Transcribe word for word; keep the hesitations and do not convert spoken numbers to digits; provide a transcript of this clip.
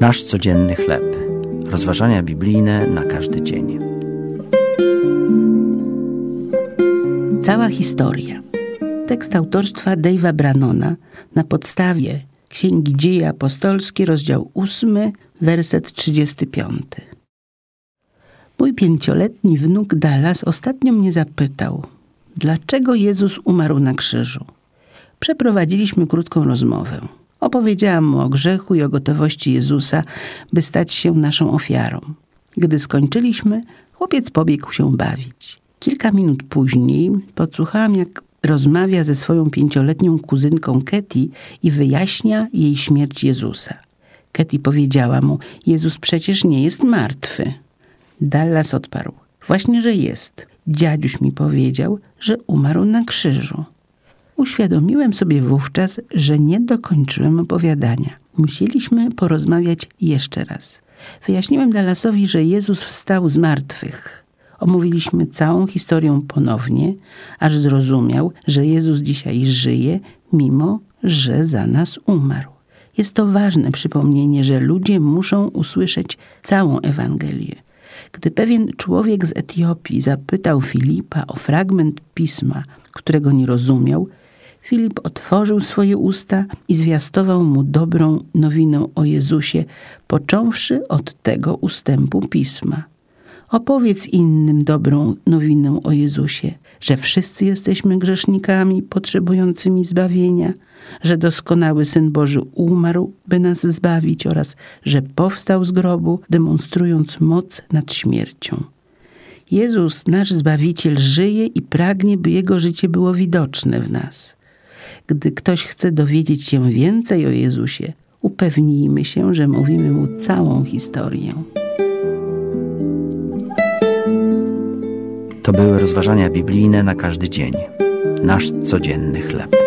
Nasz codzienny chleb. Rozważania biblijne na każdy dzień. Cała historia. Tekst autorstwa Dave'a Brannona na podstawie Księgi Dzieje Apostolskie, rozdział ósmy, werset trzydziesty piąty. Mój pięcioletni wnuk Dallas ostatnio mnie zapytał, dlaczego Jezus umarł na krzyżu. Przeprowadziliśmy krótką rozmowę. Opowiedziałam mu o grzechu i o gotowości Jezusa, by stać się naszą ofiarą. Gdy skończyliśmy, chłopiec pobiegł się bawić. Kilka minut później podsłuchałam, jak rozmawia ze swoją pięcioletnią kuzynką Katie i wyjaśnia jej śmierć Jezusa. Katie powiedziała mu, Jezus przecież nie jest martwy. Dallas odparł, właśnie, że jest. Dziaduś mi powiedział, że umarł na krzyżu. Uświadomiłem sobie wówczas, że nie dokończyłem opowiadania. Musieliśmy porozmawiać jeszcze raz. Wyjaśniłem Dallasowi, że Jezus wstał z martwych. Omówiliśmy całą historię ponownie, aż zrozumiał, że Jezus dzisiaj żyje, mimo że za nas umarł. Jest to ważne przypomnienie, że ludzie muszą usłyszeć całą Ewangelię. Gdy pewien człowiek z Etiopii zapytał Filipa o fragment pisma, którego nie rozumiał, Filip otworzył swoje usta i zwiastował mu dobrą nowinę o Jezusie, począwszy od tego ustępu pisma. Opowiedz innym dobrą nowinę o Jezusie, że wszyscy jesteśmy grzesznikami potrzebującymi zbawienia, że doskonały Syn Boży umarł, by nas zbawić oraz że powstał z grobu, demonstrując moc nad śmiercią. Jezus, nasz Zbawiciel, żyje i pragnie, by Jego życie było widoczne w nas. Gdy ktoś chce dowiedzieć się więcej o Jezusie, upewnijmy się, że mówimy mu całą historię. To były rozważania biblijne na każdy dzień. Nasz codzienny chleb.